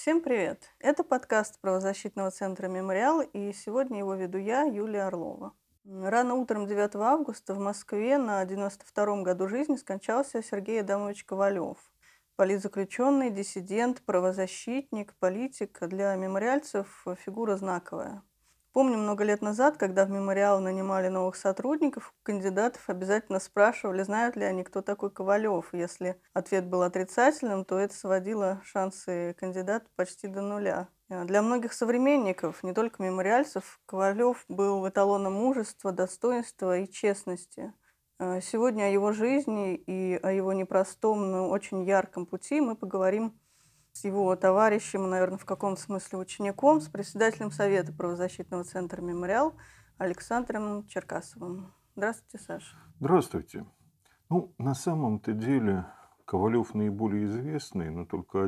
Всем привет! Это подкаст правозащитного центра «Мемориал», и сегодня его веду я, Юлия Орлова. Рано утром 9 августа в Москве на 92-м году жизни скончался Сергей Адамович Ковалев. Политзаключенный, диссидент, правозащитник, политик. Для мемориальцев фигура знаковая. Помню, много лет назад, когда в «Мемориал» нанимали новых сотрудников, кандидатов обязательно спрашивали, знают ли они, кто такой Ковалев. Если ответ был отрицательным, то это сводило шансы кандидата почти до нуля. Для многих современников, не только мемориальцев, Ковалев был эталоном мужества, достоинства и честности. Сегодня о его жизни и о его непростом, но очень ярком пути мы поговорим с его товарищем, наверное, в каком-то смысле учеником, с председателем Совета правозащитного центра «Мемориал» Александром Черкасовым. Здравствуйте, Саша. Здравствуйте. На самом-то деле Ковалев наиболее известный, но только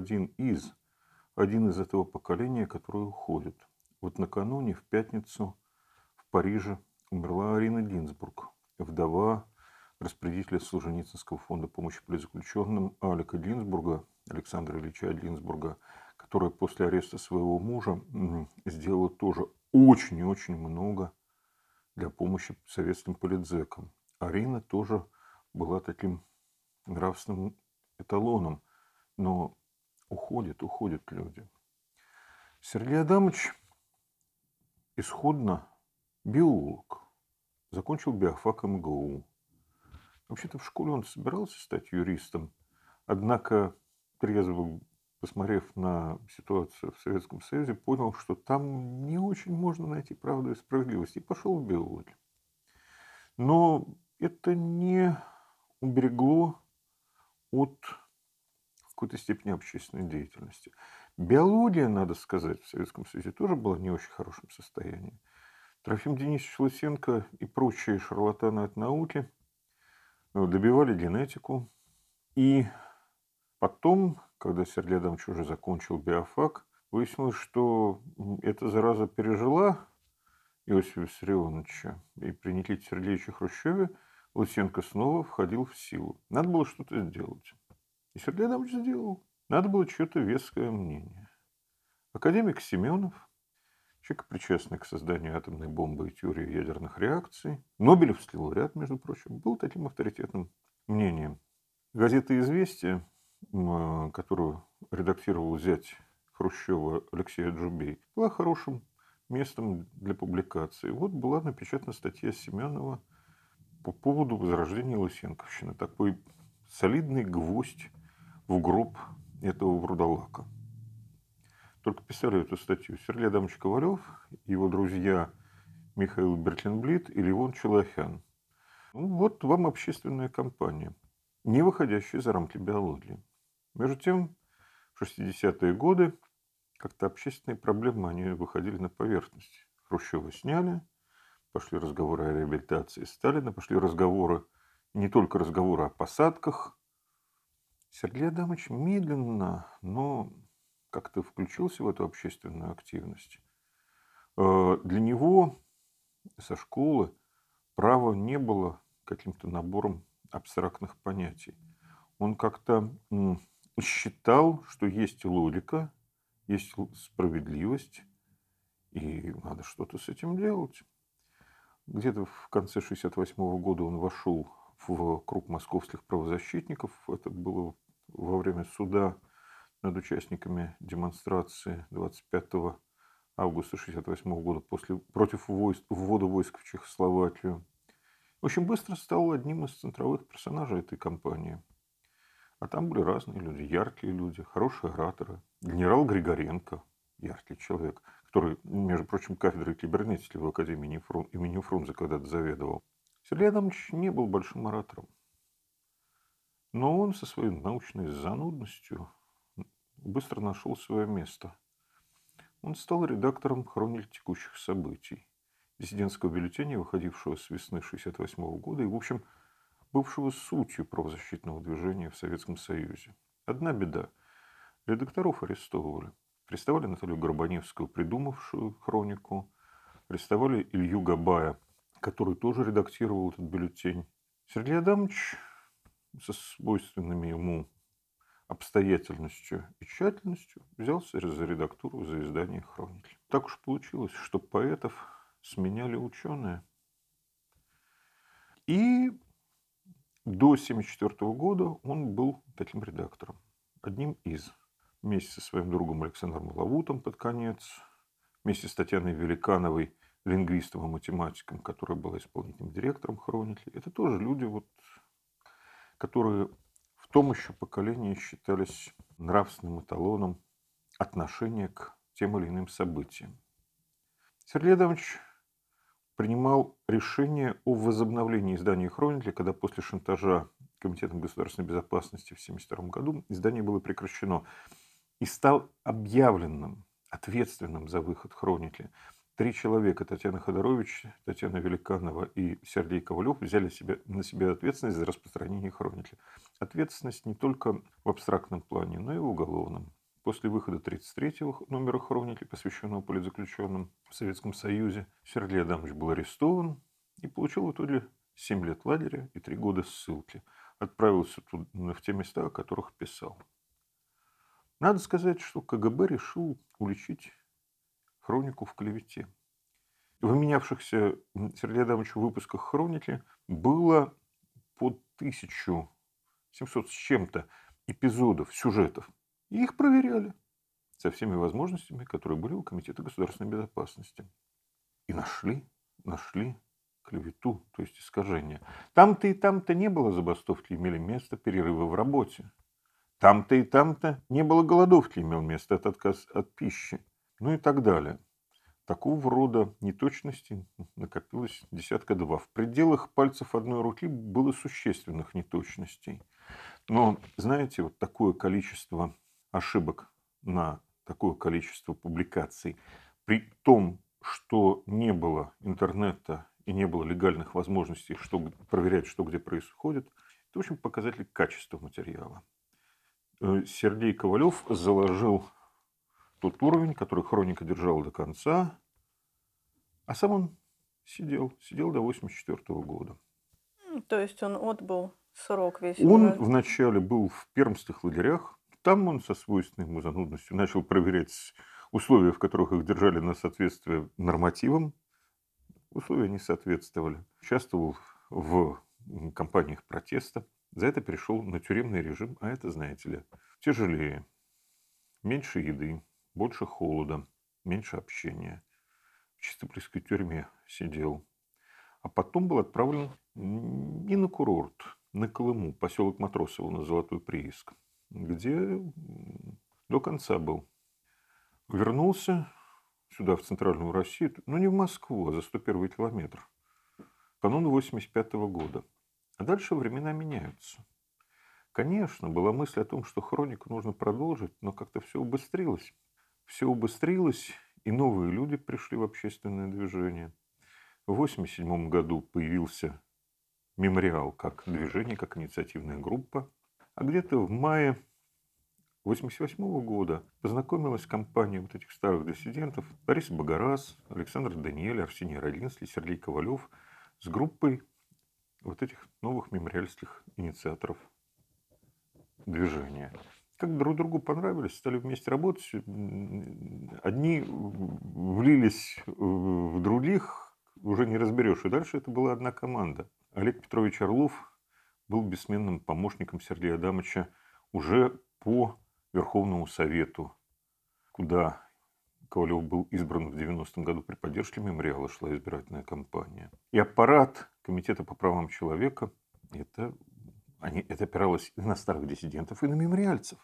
один из этого поколения, которое уходит. Вот накануне, в пятницу, в Париже умерла Арина Гинзбург, вдова распорядителя Солженицынского фонда помощи политзаключенным Алека Гинзбурга, Александра Ильича Гинзбурга, которая после ареста своего мужа сделала тоже очень и очень много для помощи советским политзекам. Арина тоже была таким нравственным эталоном, но уходят люди. Сергей Адамович исходно биолог, закончил биофак МГУ. Вообще-то в школе он собирался стать юристом, однако, трезво посмотрев на ситуацию в Советском Союзе, понял, что там не очень можно найти правду и справедливость, и пошел в биологию. Но это не уберегло от в какой-то степени общественной деятельности. Биология, надо сказать, в Советском Союзе тоже была в не очень хорошем состоянии. Трофим Денисович Лысенко и прочие шарлатаны от науки добивали генетику. И потом, когда Сергей Адамович уже закончил биофак, выяснилось, что эта зараза пережила Иосифа Виссарионовича, и при Никите Сергеевиче Хрущеве Лысенко снова входил в силу. Надо было что-то сделать. И Сергей Адамович сделал. Надо было чье-то веское мнение. Академик Семенов, человек, причастный к созданию атомной бомбы и теории ядерных реакций, Нобелевский лауреат, между прочим, был таким авторитетным мнением. Газета «Известия», которую редактировал зять Хрущева Алексей Аджубей, была хорошим местом для публикации. Вот была напечатана статья Семенова по поводу возрождения Лысенковщины. Такой солидный гвоздь в гроб этого вурдалака. Только писали эту статью Сергей Адамович Ковалев, его друзья Михаил Бертлинблит и Левон Челохян. Вот вам общественная кампания, не выходящая за рамки биологии. Между тем, в 60-е годы как-то общественные проблемы, они выходили на поверхность. Хрущева сняли, пошли разговоры о реабилитации Сталина, пошли разговоры, не только разговоры о посадках. Сергей Адамович медленно, но как-то включился в эту общественную активность. Для него со школы право не было каким-то набором абстрактных понятий. Он как-то считал, что есть логика, есть справедливость, и надо что-то с этим делать. Где-то в конце 1968 года он вошел в круг московских правозащитников. Это было во время суда над участниками демонстрации 25 августа 1968 года против ввода войск в Чехословакию. Очень быстро стал одним из центровых персонажей этой кампании. А там были разные люди, яркие люди, хорошие ораторы. Генерал Григоренко, яркий человек, который, между прочим, кафедрой кибернетики в Академии имени Фрунзе когда-то заведовал. Сергей Адамович не был большим оратором. Но он со своей научной занудностью быстро нашел свое место. Он стал редактором хроники текущих событий, диссидентского бюллетеня, выходившего с весны 1968 года и, в общем, бывшего сутью правозащитного движения в Советском Союзе. Одна беда. Редакторов арестовывали. Арестовали Наталью Горбаневскую, придумавшую хронику. Арестовали Илью Габая, который тоже редактировал этот бюллетень. Сергей Адамович со свойственными ему обстоятельностью и тщательностью взялся за редактуру, за издание «Хроники». Так уж получилось, что поэтов сменяли ученые. И до 1974 года он был таким редактором, одним из. Вместе со своим другом Александром Лавутом под конец, вместе с Татьяной Великановой, лингвистом и математиком, которая была исполнительным директором «Хроники». Это тоже люди, которые в том еще поколении считались нравственным эталоном отношения к тем или иным событиям. Сергей Адамович принимал решение о возобновлении издания «Хроники», когда после шантажа Комитетом государственной безопасности в 1972 году издание было прекращено, и стал объявленным, ответственным за выход «Хроники». 3 человека, Татьяна Ходорович, Татьяна Великанова и Сергей Ковалев, взяли на себя ответственность за распространение «Хроники». Ответственность не только в абстрактном плане, но и в уголовном. После выхода 33-го номера «Хроники», посвященного политзаключенным в Советском Союзе, Сергей Адамович был арестован и получил в итоге 7 лет лагеря и 3 года ссылки. Отправился в те места, о которых писал. Надо сказать, что КГБ решил уличить «Хронику» в клевете. В менявшихся Сергею Адамовичу выпусках «Хроники» было по 1700 с чем-то эпизодов, сюжетов. И их проверяли со всеми возможностями, которые были у Комитета государственной безопасности. И нашли клевету, то есть искажение. Там-то и там-то не было забастовки, имели место перерывы в работе. Там-то и там-то не было голодовки, имел место отказ от пищи. Ну и так далее. Такого рода неточностей накопилось 1/2. В пределах пальцев одной руки было существенных неточностей. Но, знаете, вот такое количество ошибок на такое количество публикаций, при том, что не было интернета и не было легальных возможностей проверять, что где происходит, это, в общем, показатель качества материала. Сергей Ковалев заложил тот уровень, который «Хроника» держала до конца, а сам он сидел до 1984 года. То есть он отбыл срок весь. Он вначале был в пермских лагерях. Там он со свойственной ему занудностью начал проверять условия, в которых их держали, на соответствие нормативам. Условия не соответствовали. Участвовал в кампаниях протеста. За это перешел на тюремный режим, а это, знаете ли, тяжелее. Меньше еды, больше холода, меньше общения. В Чистопольской тюрьме сидел. А потом был отправлен и на курорт, на Колыму, поселок Матросово, на Золотой прииск, где до конца был. Вернулся сюда, в центральную Россию, но не в Москву, а за 101 километр, канун 1985 года. А дальше времена меняются. Конечно, была мысль о том, что «Хронику» нужно продолжить, но как-то все убыстрилось. Все убыстрилось, и новые люди пришли в общественное движение. В 1987 году появился «Мемориал» как движение, как инициативная группа. А где-то в мае 1988 года познакомилась компания вот этих старых диссидентов Борис Богораз, Александр Даниэль, Арсений Родинский, Сергей Ковалев с группой вот этих новых мемориальских инициаторов движения. Как друг другу понравились, стали вместе работать. Одни влились в других, уже не разберешь. И дальше это была одна команда. Олег Петрович Орлов был бессменным помощником Сергея Адамовича уже по Верховному Совету, куда Ковалев был избран в 90-м году при поддержке «Мемориала», шла избирательная кампания. И аппарат Комитета по правам человека, это опиралось и на старых диссидентов, и на мемориальцев.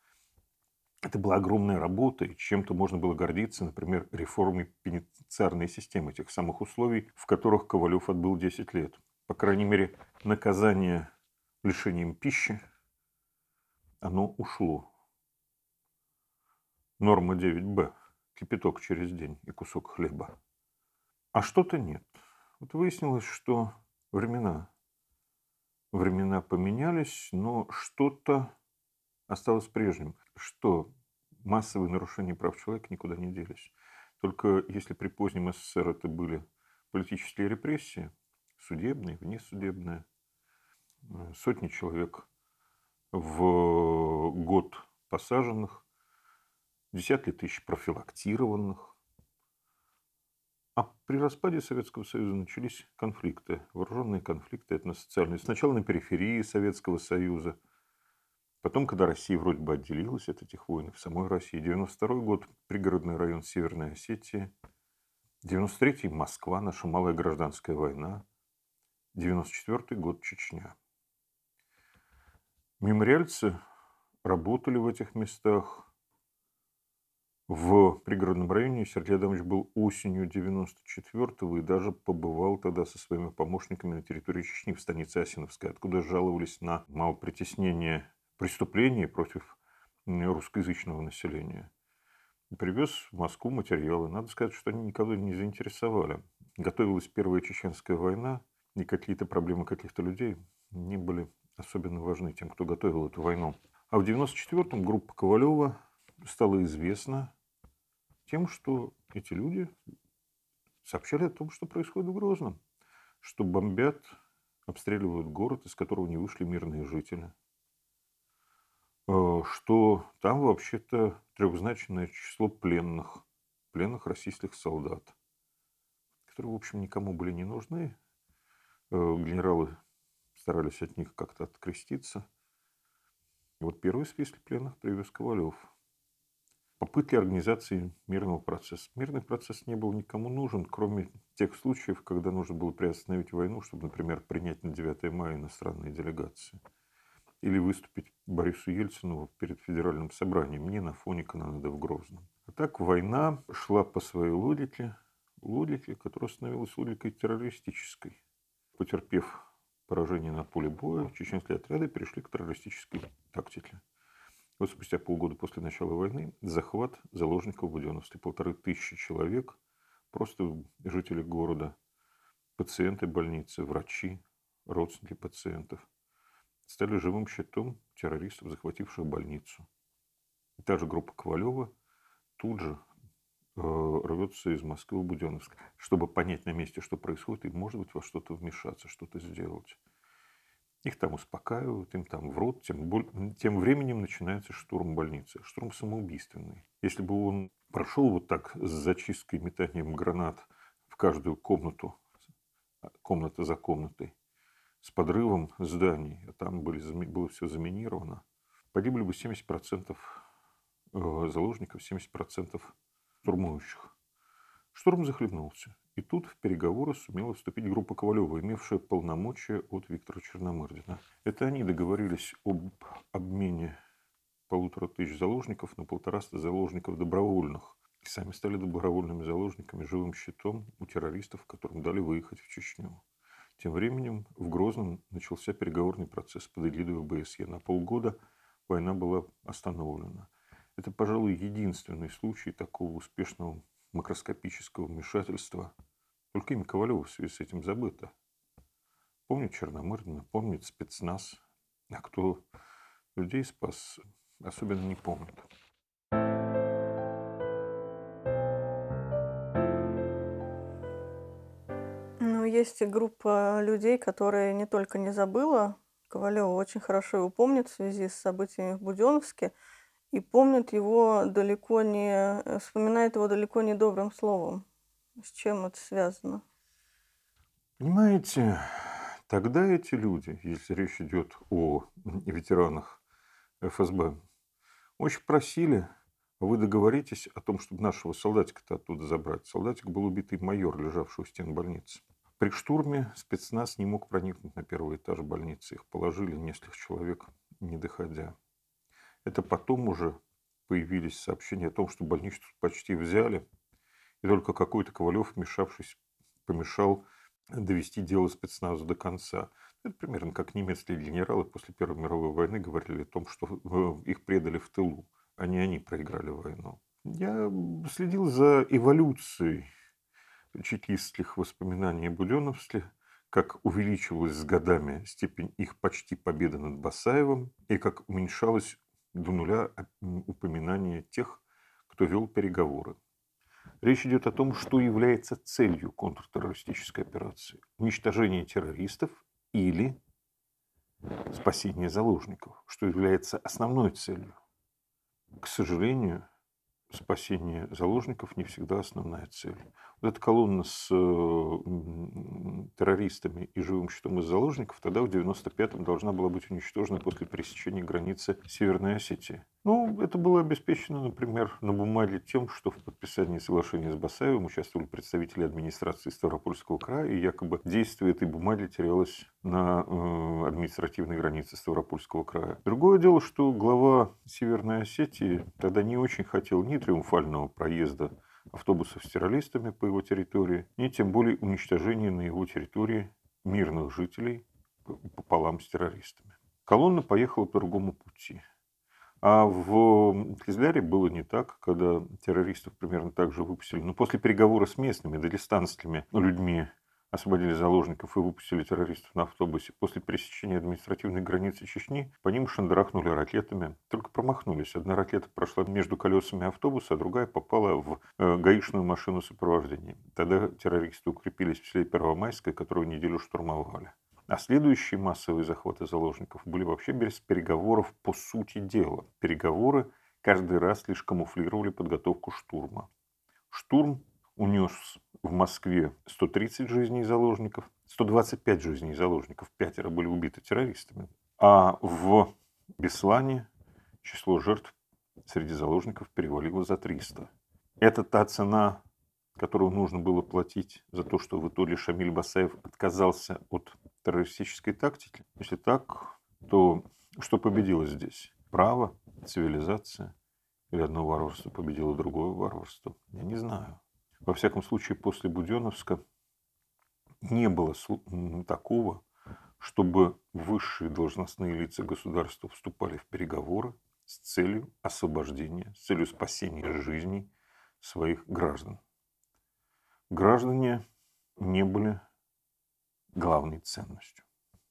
Это была огромная работа, и чем-то можно было гордиться, например, реформой пенитенциарной системы, тех самых условий, в которых Ковалев отбыл 10 лет. По крайней мере, наказание лишением пищи, оно ушло. Норма 9Б. Кипяток через день и кусок хлеба. А что-то нет. Вот выяснилось, что времена поменялись, но что-то осталось прежним, что массовые нарушения прав человека никуда не делись. Только если при позднем СССР это были политические репрессии, судебные, внесудебные, сотни человек в год посаженных, десятки тысяч профилактированных. А при распаде Советского Союза начались конфликты, вооруженные конфликты этносоциальные. Сначала на периферии Советского Союза, потом, когда Россия вроде бы отделилась от этих войн, в самой России. 92 год, пригородный район Северной Осетии. 93-й Москва, наша малая гражданская война. 94-й год Чечня. Мемориальцы работали в этих местах. В пригородном районе Сергей Адамович был осенью 94-го и даже побывал тогда со своими помощниками на территории Чечни, в станице Асиновской, откуда жаловались на малопритеснение преступлений против русскоязычного населения. Привез в Москву материалы. Надо сказать, что они никого не заинтересовали. Готовилась Первая Чеченская война, и какие-то проблемы каких-то людей не были особенно важны тем, кто готовил эту войну. А в 94-м группа Ковалева стала известна тем, что эти люди сообщали о том, что происходит в Грозном, что бомбят, обстреливают город, из которого не вышли мирные жители, что там вообще-то трехзначное число пленных российских солдат, которые, в общем, никому были не нужны. Генералы старались от них как-то откреститься. И вот первый список пленных привез Ковалев. Попытки организации мирного процесса. Мирный процесс не был никому нужен, кроме тех случаев, когда нужно было приостановить войну, чтобы, например, принять на 9 мая иностранные делегации. Или выступить Борису Ельцину перед федеральным собранием, не на фоне канонады в Грозном. А так война шла по своей логике, которая становилась логикой террористической. Потерпев поражение на поле боя, чеченские отряды перешли к террористической тактике. Вот спустя полгода после начала войны захват заложников в Буденновске. 1500 человек, просто жители города, пациенты больницы, врачи, родственники пациентов, стали живым щитом террористов, захвативших больницу. И та же группа Ковалева тут же рвется из Москвы в Буденновск, чтобы понять на месте, что происходит, и, может быть, во что-то вмешаться, что-то сделать. Их там успокаивают, им там врут. Тем временем начинается штурм больницы. Штурм самоубийственный. Если бы он прошел вот так с зачисткой, метанием гранат в каждую комнату, комната за комнатой, с подрывом зданий, а там было все заминировано, погибли бы 70% заложников, 70% штурмующих. Штурм захлебнулся. И тут в переговоры сумела вступить группа Ковалева, имевшая полномочия от Виктора Черномырдина. Это они договорились об обмене 1500 заложников на 150 заложников добровольных. И сами стали добровольными заложниками, живым щитом у террористов, которым дали выехать в Чечню. Тем временем в Грозном начался переговорный процесс под эгидой ОБСЕ. На полгода война была остановлена. Это, пожалуй, единственный случай такого успешного макроскопического вмешательства. Только имя Ковалева в связи с этим забыто. Помнит Черномырдина, помнит спецназ. А кто людей спас, особенно не помнит. Ну, есть и группа людей, которые не только не забыла Ковалева, очень хорошо его помнят в связи с событиями в Буденновске. И помнят его вспоминает его далеко не добрым словом. С чем это связано? Понимаете, тогда эти люди, если речь идет о ветеранах ФСБ, очень просили, вы договоритесь о том, чтобы нашего солдатика-то оттуда забрать. Солдатик был убитый майор, лежавший у стен больницы. При штурме спецназ не мог проникнуть на первый этаж больницы. Их положили несколько человек, не доходя. Это потом уже появились сообщения о том, что больницу почти взяли, и только какой-то Ковалев, вмешавшись, помешал довести дело спецназа до конца. Это примерно как немецкие генералы после Первой мировой войны говорили о том, что их предали в тылу, а не они проиграли войну. Я следил за эволюцией чекистских воспоминаний о Буденновске, как увеличивалась с годами степень их почти победы над Басаевым, и как уменьшалось до нуля упоминание тех, кто вел переговоры. Речь идет о том, что является целью контртеррористической операции. Уничтожение террористов или спасение заложников, что является основной целью. К сожалению, спасение заложников не всегда основная цель. Вот эта колонна с террористами и живым щитом из заложников тогда в 95-м должна была быть уничтожена после пересечения границы Северной Осетии. Ну, это было обеспечено, например, на бумаге тем, что в подписании соглашения с Басаевым участвовали представители администрации Ставропольского края, и якобы действие этой бумаги терялось на административной границе Ставропольского края. Другое дело, что глава Северной Осетии тогда не очень хотел ни триумфального проезда автобусов с террористами по его территории, ни тем более уничтожения на его территории мирных жителей пополам с террористами. Колонна поехала по другому пути. А в Кизляре было не так, когда террористов примерно так же выпустили. Но после переговора с местными, дагестанскими людьми освободили заложников и выпустили террористов на автобусе. После пересечения административной границы Чечни по ним шандарахнули ракетами. Только промахнулись. Одна ракета прошла между колесами автобуса, а другая попала в гаишную машину сопровождения. Тогда террористы укрепились в селе Первомайское, которую неделю штурмовали. А следующие массовые захваты заложников были вообще без переговоров по сути дела. Переговоры каждый раз лишь камуфлировали подготовку штурма. Штурм унес в Москве 130 жизней заложников, 125 жизней заложников, 5 были убиты террористами. А в Беслане число жертв среди заложников перевалило за 300. Это та цена, которую нужно было платить за то, что в итоге Шамиль Басаев отказался от террористической тактики. Если так, то что победило здесь? Право, цивилизация? Или одно варварство победило другое варварство? Я не знаю. Во всяком случае, после Буденновска не было такого, чтобы высшие должностные лица государства вступали в переговоры с целью освобождения, с целью спасения жизней своих граждан. Граждане не были главной ценностью.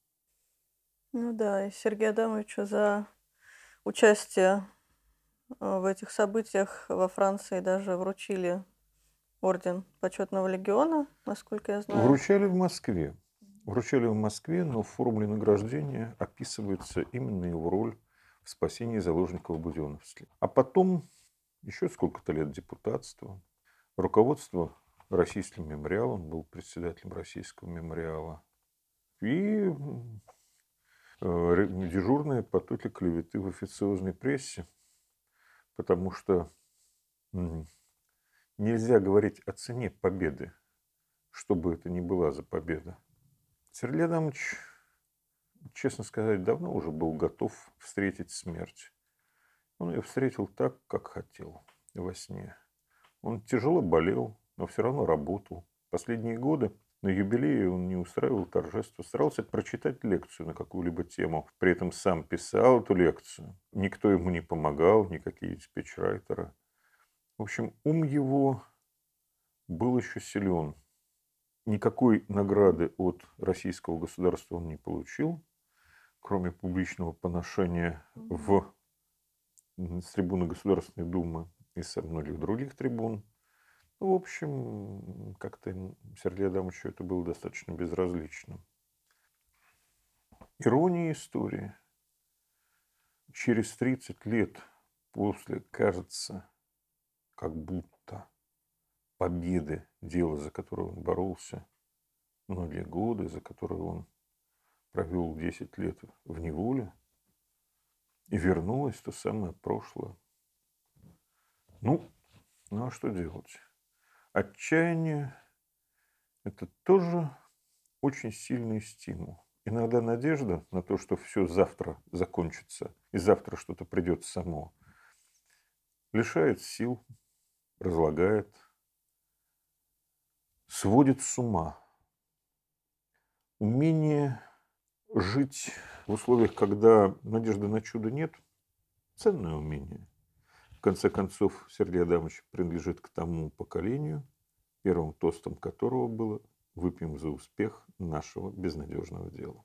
Ну да, и Сергею Адамовичу за участие в этих событиях во Франции даже вручили орден Почетного легиона, насколько я знаю. Вручали в Москве. Вручали в Москве, но в формуле награждения описывается именно его роль в спасении заложников в Буденновске. А потом еще сколько-то лет депутатства, руководство Российским мемориалом, был председателем Российского мемориала. И дежурные потоки клеветы в официозной прессе, потому что нельзя говорить о цене победы, что бы это ни была за победа. Сергей Адамович, честно сказать, давно уже был готов встретить смерть. Он ее встретил так, как хотел, во сне. Он тяжело болел, но все равно работал. Последние годы на юбилее он не устраивал торжества, старался прочитать лекцию на какую-либо тему, при этом сам писал эту лекцию. Никто ему не помогал, никакие спичрайтеры. В общем, ум его был еще силен. Никакой награды от российского государства он не получил, кроме публичного поношения с трибуны Государственной Думы и со многих других трибун. В общем, как-то Сергею Адамовичу это было достаточно безразлично. Ирония истории. Через 30 лет после, кажется, как будто победы дела, за которое он боролся многие годы, за которое он провел 10 лет в неволе, и вернулось то самое прошлое. Ну а что делать? Отчаяние – это тоже очень сильный стимул. Иногда надежда на то, что все завтра закончится, и завтра что-то придет само, лишает сил, разлагает, сводит с ума. Умение жить в условиях, когда надежды на чудо нет, ценное умение. В конце концов, Сергей Адамович принадлежит к тому поколению, первым тостом которого было «Выпьем за успех нашего безнадежного дела».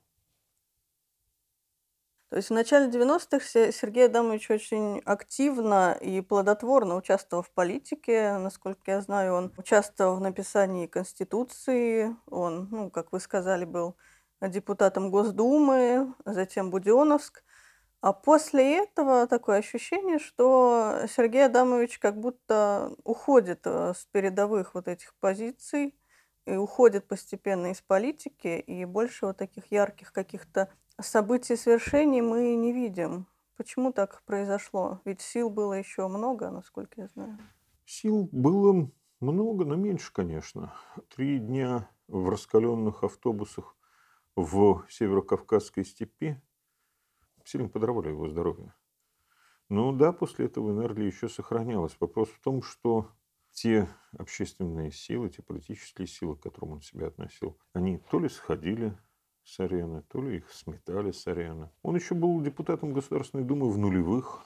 То есть в начале 90-х Сергей Адамович очень активно и плодотворно участвовал в политике. Насколько я знаю, он участвовал в написании Конституции. Он, как вы сказали, был депутатом Госдумы, затем Буденновск. А после этого такое ощущение, что Сергей Адамович как будто уходит с передовых вот этих позиций и уходит постепенно из политики, и больше вот таких ярких каких-то событий и свершений мы не видим. Почему так произошло? Ведь сил было еще много, насколько я знаю. Сил было много, но меньше, конечно. 3 дня в раскаленных автобусах в Северо-Кавказской степи сильно подорвали его здоровье. Ну да, после этого энергия еще сохранялась. Вопрос в том, что те общественные силы, те политические силы, к которым он себя относил, они то ли сходили с арены, то ли их сметали с арены. Он еще был депутатом Государственной Думы в нулевых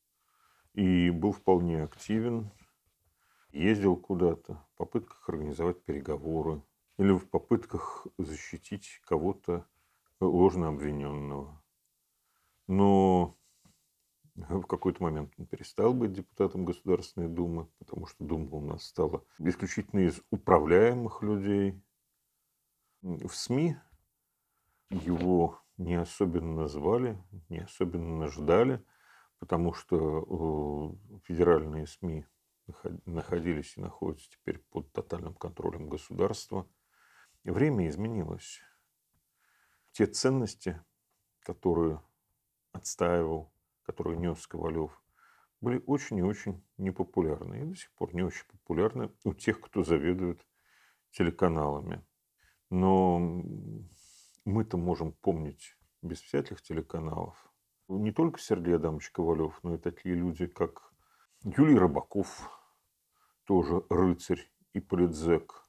и был вполне активен, ездил куда-то в попытках организовать переговоры или в попытках защитить кого-то ложно обвиненного. Но в какой-то момент он перестал быть депутатом Государственной Думы, потому что Дума у нас стала исключительно из управляемых людей. В СМИ его не особенно звали, не особенно ждали, потому что федеральные СМИ находились и находятся теперь под тотальным контролем государства. Время изменилось. Те ценности, которые отстаивал, которые нес Ковалев, были очень и очень непопулярны. И до сих пор не очень популярны у тех, кто заведует телеканалами. Но мы-то можем помнить без всяких телеканалов не только Сергей Адамович Ковалев, но и такие люди, как Юлий Рыбаков, тоже рыцарь и политзек,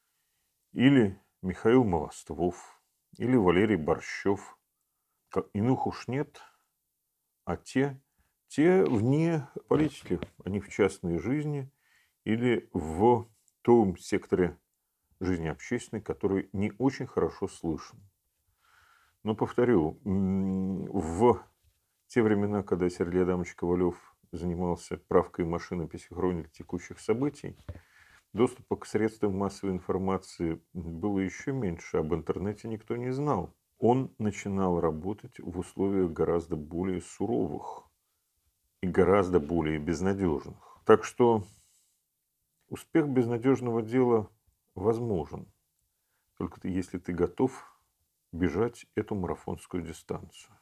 или Михаил Молоствов, или Валерий Борщев. Иных уж нет, а те вне политики, они в частной жизни или в том секторе жизни общественной, который не очень хорошо слышен. Но повторю, в те времена, когда Сергей Адамович Ковалев занимался правкой машинописи хроник текущих событий, доступа к средствам массовой информации было еще меньше, об интернете никто не знал. Он начинал работать в условиях гораздо более суровых и гораздо более безнадежных. Так что успех безнадежного дела возможен, только если ты готов бежать эту марафонскую дистанцию.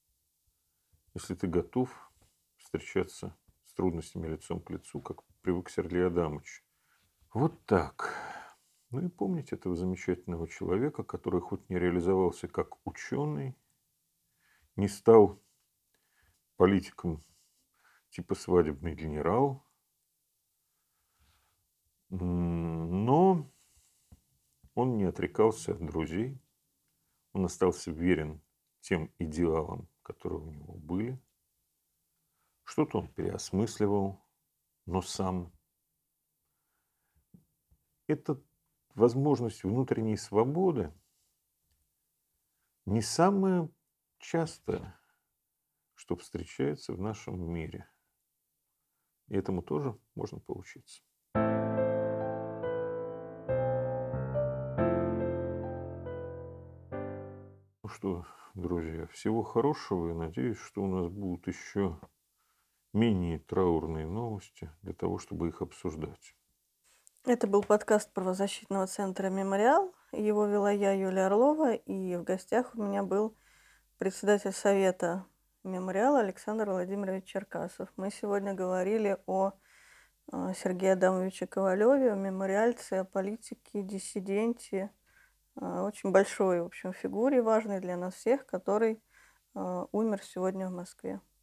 Если ты готов встречаться с трудностями лицом к лицу, как привык Сергей Адамович. Вот так. Ну и помните этого замечательного человека, который хоть не реализовался как ученый, не стал политиком типа свадебный генерал, но он не отрекался от друзей, он остался верен тем идеалам, которые у него были. Что-то он переосмысливал, но сам. Эта возможность внутренней свободы не самая частая, что встречается в нашем мире. И этому тоже можно поучиться. Ну что, друзья, всего хорошего и надеюсь, что у нас будут еще менее траурные новости для того, чтобы их обсуждать. Это был подкаст правозащитного центра «Мемориал». Его вела я, Юлия Орлова, и в гостях у меня был председатель совета «Мемориала» Александр Владимирович Черкасов. Мы сегодня говорили о Сергее Адамовиче Ковалеве, о мемориальце, о политике, диссиденте, очень большой, в общем, фигуре, важной для нас всех, который умер сегодня в Москве.